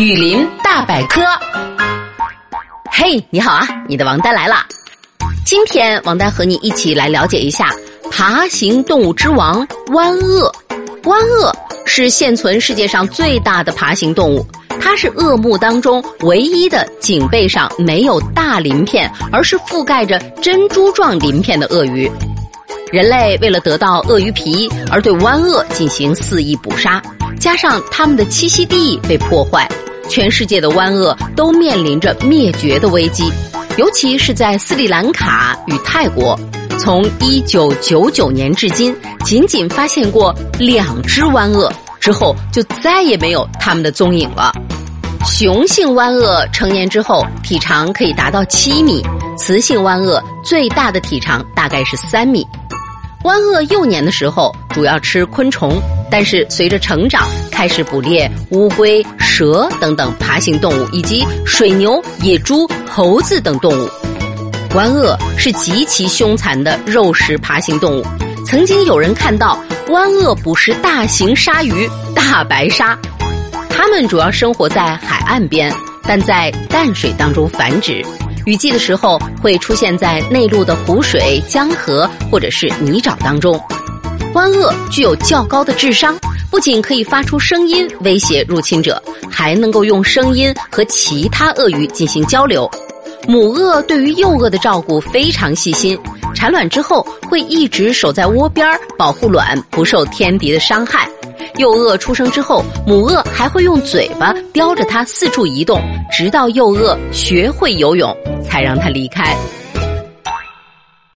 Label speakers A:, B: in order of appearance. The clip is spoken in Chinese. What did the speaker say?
A: 雨林大百科。嘿，你好啊，你的王丹来了。今天王丹和你一起来了解一下爬行动物之王湾鳄。湾鳄是现存世界上最大的爬行动物，它是鳄目当中唯一的颈背上没有大鳞片，而是覆盖着珍珠状鳞片的鳄鱼。人类为了得到鳄鱼皮而对湾鳄进行肆意捕杀，加上它们的栖息地被破坏，全世界的湾鳄都面临着灭绝的危机。尤其是在斯里兰卡与泰国，从1999年至今仅仅发现过2只湾鳄，之后就再也没有它们的踪影了。雄性湾鳄成年之后体长可以达到7米，雌性湾鳄最大的体长大概是3米。湾鳄幼年的时候主要吃昆虫，但是随着成长开始捕猎乌龟、蛇等等爬行动物，以及水牛、野猪、猴子等动物。湾鳄是极其凶残的肉食爬行动物，曾经有人看到湾鳄捕食大型鲨鱼大白鲨。它们主要生活在海岸边，但在淡水当中繁殖。雨季的时候会出现在内陆的湖水、江河或者是泥沼当中。湾鳄具有较高的智商，不仅可以发出声音威胁入侵者，还能够用声音和其他鳄鱼进行交流。母鳄对于幼鳄的照顾非常细心，产卵之后会一直守在窝边保护卵不受天敌的伤害。幼鳄出生之后，母鳄还会用嘴巴叼着它四处移动，直到幼鳄学会游泳才让它离开。